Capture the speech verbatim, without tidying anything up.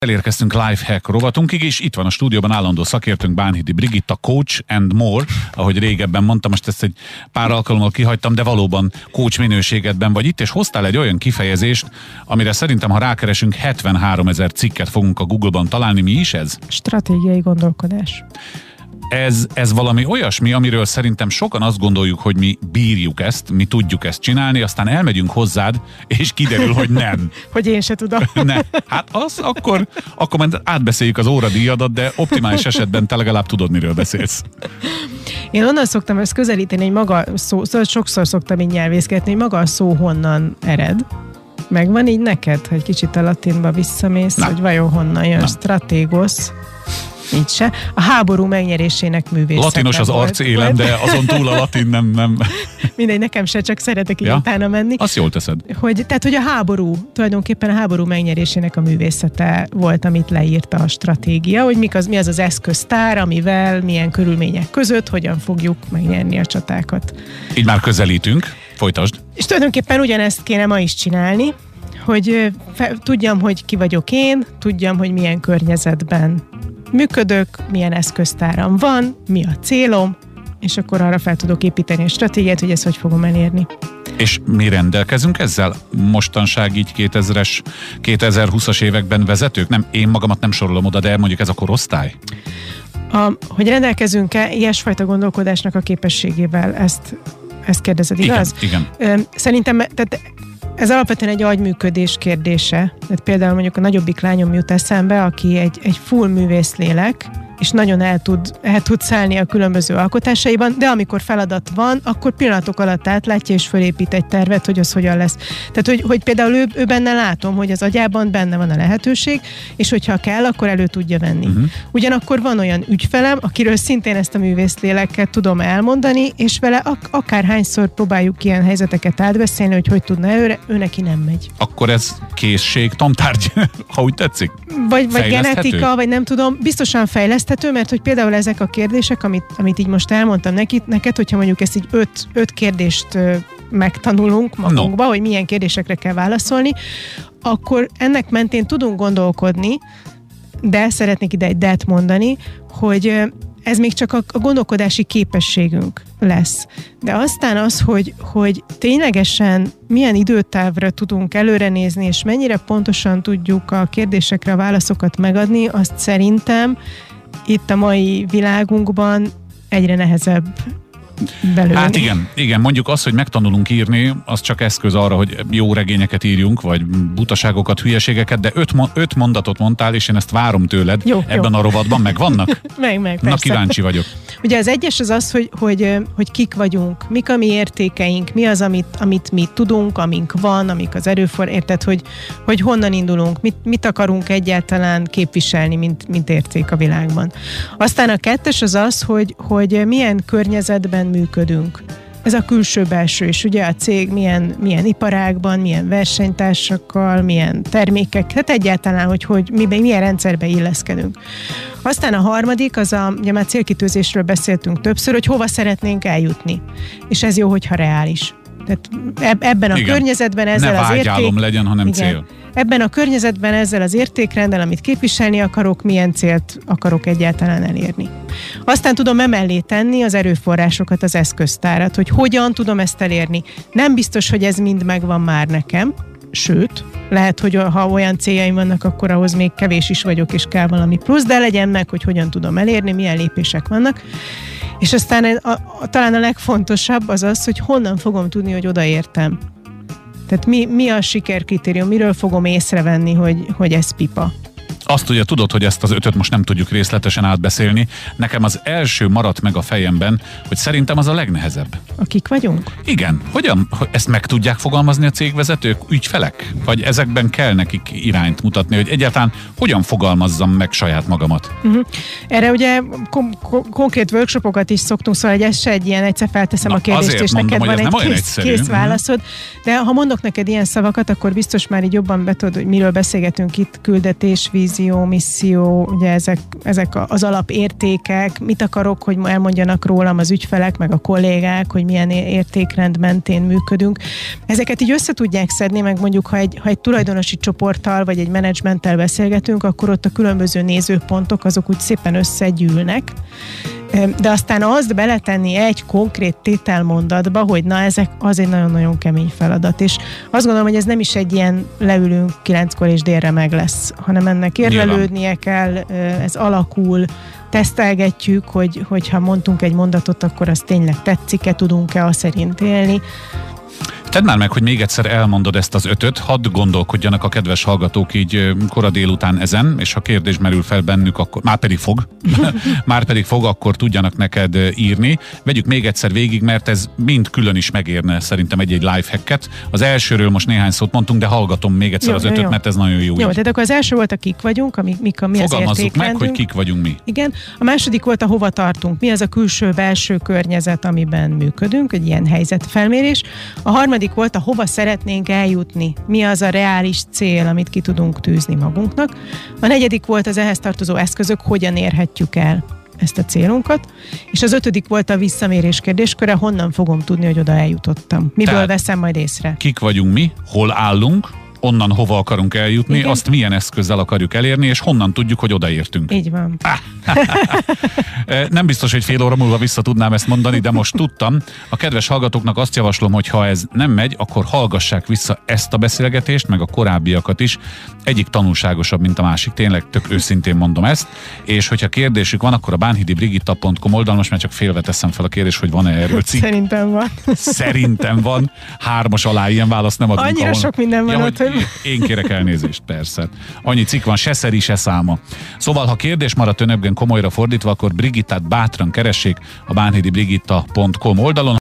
Elérkeztünk Lifehack rovatunkig, és itt van a stúdióban állandó szakértőnk, Bánhidi Brigitta, coach and more, ahogy régebben mondtam, most ezt egy pár alkalommal kihagytam, de valóban coach minőségedben vagy itt, és hoztál egy olyan kifejezést, amire szerintem, ha rákeresünk, hetvenháromezer cikket fogunk a Google-ban találni. Mi is ez? Stratégiai gondolkodás. Ez, ez valami olyasmi, amiről szerintem sokan azt gondoljuk, hogy mi bírjuk ezt, mi tudjuk ezt csinálni, aztán elmegyünk hozzád, és kiderül, hogy nem. Hogy én se tudom. Ne. Hát az, akkor, akkor majd átbeszéljük az óradíjadat, de optimális esetben te legalább tudod, miről beszélsz. Én onnan szoktam ezt közelíteni, hogy maga szó, szóval sokszor szoktam így nyelvészgetni, hogy maga a szó honnan ered. Megvan így neked, hogy kicsit a latinba visszamész, Na. hogy vajon honnan jön? Stratégos. Így se. A háború megnyerésének művészete. Latinos az arc élem, de azon túl a latin nem... nem. Mindegy, nekem se, csak szeretek így ja? utána menni. Azt jól teszed. Hogy, tehát, hogy a háború, tulajdonképpen a háború megnyerésének a művészete volt, amit leírta a stratégia, hogy mik az, mi az az eszköztár, amivel, milyen körülmények között, hogyan fogjuk megnyerni a csatákat. Így már közelítünk. Folytasd. És tulajdonképpen ugyanezt kéne ma is csinálni, hogy fe, tudjam, hogy ki vagyok én, tudjam, hogy milyen környezetben működök, milyen eszköztáram van, mi a célom, és akkor arra fel tudok építeni a stratégiát, hogy ezt hogy fogom elérni. És mi rendelkezünk ezzel mostanság így kétezres, kétezer-húszas években vezetők? Nem, én magamat nem sorolom oda, de mondjuk ez a korosztály? A, hogy rendelkezünk-e ilyesfajta gondolkodásnak a képességével, ezt, ezt kérdezed, igaz? Igen, igen. Szerintem, tehát ez alapvetően egy agyműködés kérdése. Tehát például mondjuk a nagyobbik lányom jut eszembe, aki egy, egy full művészlélek, és nagyon el tud, el tud szállni a különböző alkotásaiban, de amikor feladat van, akkor pillanatok alatt átlátja és fölépít egy tervet, hogy az hogyan lesz. Tehát, hogy, hogy például ő, ő benne látom, hogy az agyában benne van a lehetőség, és hogyha kell, akkor elő tudja venni. Uh-huh. Ugyanakkor van olyan ügyfelem, akiről szintén ezt a művészléleket tudom elmondani, és vele ak- akárhányszor próbáljuk ilyen helyzeteket átbeszélni, hogy hogy tudna ő, ő neki nem megy. Akkor ez készség, tantárgy, ha úgy tetszik? Vagy, vagy genetika, vagy nem tudom, biztosan fejleszthető, mert hogy például ezek a kérdések, amit, amit így most elmondtam neki, neked, hogyha mondjuk ezt így öt, öt kérdést ö, megtanulunk magunkba, no. hogy milyen kérdésekre kell válaszolni, akkor ennek mentén tudunk gondolkodni, de szeretnék ide egy det mondani, hogy ö, ez még csak a, a gondolkodási képességünk lesz. De aztán az, hogy, hogy ténylegesen milyen időtávra tudunk előre nézni, és mennyire pontosan tudjuk a kérdésekre a válaszokat megadni, azt szerintem itt a mai világunkban egyre nehezebb belőle. Hát igen, igen, mondjuk az, hogy megtanulunk írni, az csak eszköz arra, hogy jó regényeket írjunk, vagy butaságokat, hülyeségeket, de öt, öt mondatot mondtál, és én ezt várom tőled jó, ebben jó. a rovatban. Megvannak? meg, meg, Na, kíváncsi vagyok. Ugye az egyes az az, hogy, hogy, hogy kik vagyunk, mik a mi értékeink, mi az, amit, amit mi tudunk, amink van, amik az erőfor, érted, hogy, hogy honnan indulunk, mit, mit akarunk egyáltalán képviselni, mint, mint érték a világban. Aztán a kettes az az, hogy, hogy milyen környezetben működünk. Ez a külső-belső, és ugye a cég milyen, milyen iparágban, milyen versenytársakkal, milyen termékek, tehát egyáltalán, hogy, hogy mi, milyen rendszerbe illeszkedünk. Aztán a harmadik, az a, ugye már célkitűzésről beszéltünk többször, hogy hova szeretnénk eljutni. És ez jó, hogyha reális. Tehát ebben a igen. környezetben ezzel ne az érték... Ne vágyálom legyen, hanem igen. cél. Ebben a környezetben ezzel az értékrenddel, amit képviselni akarok, milyen célt akarok egyáltalán elérni. Aztán tudom emellé tenni az erőforrásokat, az eszköztárat, hogy hogyan tudom ezt elérni. Nem biztos, hogy ez mind megvan már nekem, sőt, lehet, hogy ha olyan céljaim vannak, akkor ahhoz még kevés is vagyok, és kell valami plusz, de legyen meg, hogy hogyan tudom elérni, milyen lépések vannak. És aztán a, a, talán a legfontosabb az az, hogy honnan fogom tudni, hogy odaértem. Tehát mi, mi a sikerkritérium, miről fogom észrevenni, hogy, hogy ez pipa. Azt ugye tudod, hogy ezt az ötöt most nem tudjuk részletesen átbeszélni. Nekem az első maradt meg a fejemben, hogy szerintem az a legnehezebb. Akik vagyunk? Igen. Hogyan? Ezt meg tudják fogalmazni a cégvezetők, ügyfelek? Vagy ezekben kell nekik irányt mutatni, hogy egyáltalán hogyan fogalmazzam meg saját magamat? Uh-huh. Erre ugye kon- kon- konkrét workshopokat is szoktunk, szóval hogy ez se egy ilyen, egyszer felteszem Na, a kérdést, és mondom, neked van egy kész, kész válaszod. De ha mondok neked ilyen szavakat, akkor biztos már így jobban betudod, hogy miről beszélgetünk itt, küldetés, vízió, vízió, misszió, ugye ezek, ezek az alapértékek, mit akarok, hogy elmondjanak rólam az ügyfelek, meg a kollégák, hogy milyen értékrend mentén működünk. Ezeket így össze tudják szedni, meg mondjuk, ha egy, ha egy tulajdonosi csoporttal, vagy egy menedzsmenttel beszélgetünk, akkor ott a különböző nézőpontok azok úgy szépen összegyűlnek. De aztán azt beletenni egy konkrét tételmondatba, hogy na ezek az egy nagyon-nagyon kemény feladat, és azt gondolom, hogy ez nem is egy ilyen leülünk kilenckor és délre meg lesz, hanem ennek érvelődnie kell, ez alakul, tesztelgetjük, hogy, hogyha mondtunk egy mondatot, akkor az tényleg tetszik-e, tudunk-e azt szerint élni. Tedd már meg, hogy még egyszer elmondod ezt az ötöt, hadd gondolkodjanak a kedves hallgatók így kora délután ezen, és ha kérdés merül fel bennük, akkor már pedig fog, már pedig fog, akkor tudjanak neked írni. Vegyük még egyszer végig, mert ez mind külön is megérne szerintem egy-egy lifehacket. Az elsőről most néhány szót mondtunk, de hallgatom még egyszer jó, az ötöt, jó. Mert ez nagyon jó. Jó, így. Tehát akkor az első volt a kik vagyunk, a, mik a, mi az értékrendünk. meg, hogy kik vagyunk mi. Igen. A második volt a hova tartunk, mi az a külső-belső környezet, amiben működünk, egy ilyen helyzetfelmérés. A harmadik volt a hova szeretnénk eljutni, mi az a reális cél, amit ki tudunk tűzni magunknak. A negyedik volt az ehhez tartozó eszközök, hogyan érhetjük el ezt a célunkat, és az ötödik volt a visszamérés kérdésköre, honnan fogom tudni, hogy oda eljutottam. Miből Tehát veszem majd észre? Kik vagyunk mi, hol állunk, onnan hova akarunk eljutni, igen. Azt milyen eszközzel akarjuk elérni, és honnan tudjuk, hogy odaértünk. Így van. Nem biztos, hogy fél óra múlva vissza tudnám ezt mondani, de most tudtam. A kedves hallgatóknak azt javaslom, hogy ha ez nem megy, akkor hallgassák vissza ezt a beszélgetést, meg a korábbiakat is. Egyik tanulságosabb, mint a másik. Tényleg tök őszintén mondom ezt. És hogyha kérdésük van, akkor a bánhidi brigitta pont com oldalon, most már csak félve teszem fel a kérdést, hogy van-e erről cikk. Szerintem van. Szerintem van. Hármas alá ilyen választ nem adunk. Annyira ahol... sok minden van ja, ott, hogy... Én kérek elnézést, persze. Annyi cikk van, se szeri, se száma. Szóval, ha kérdés maradt önökben komolyra fordítva, akkor Brigittát bátran keressék a bánhidi brigitta pont com oldalon.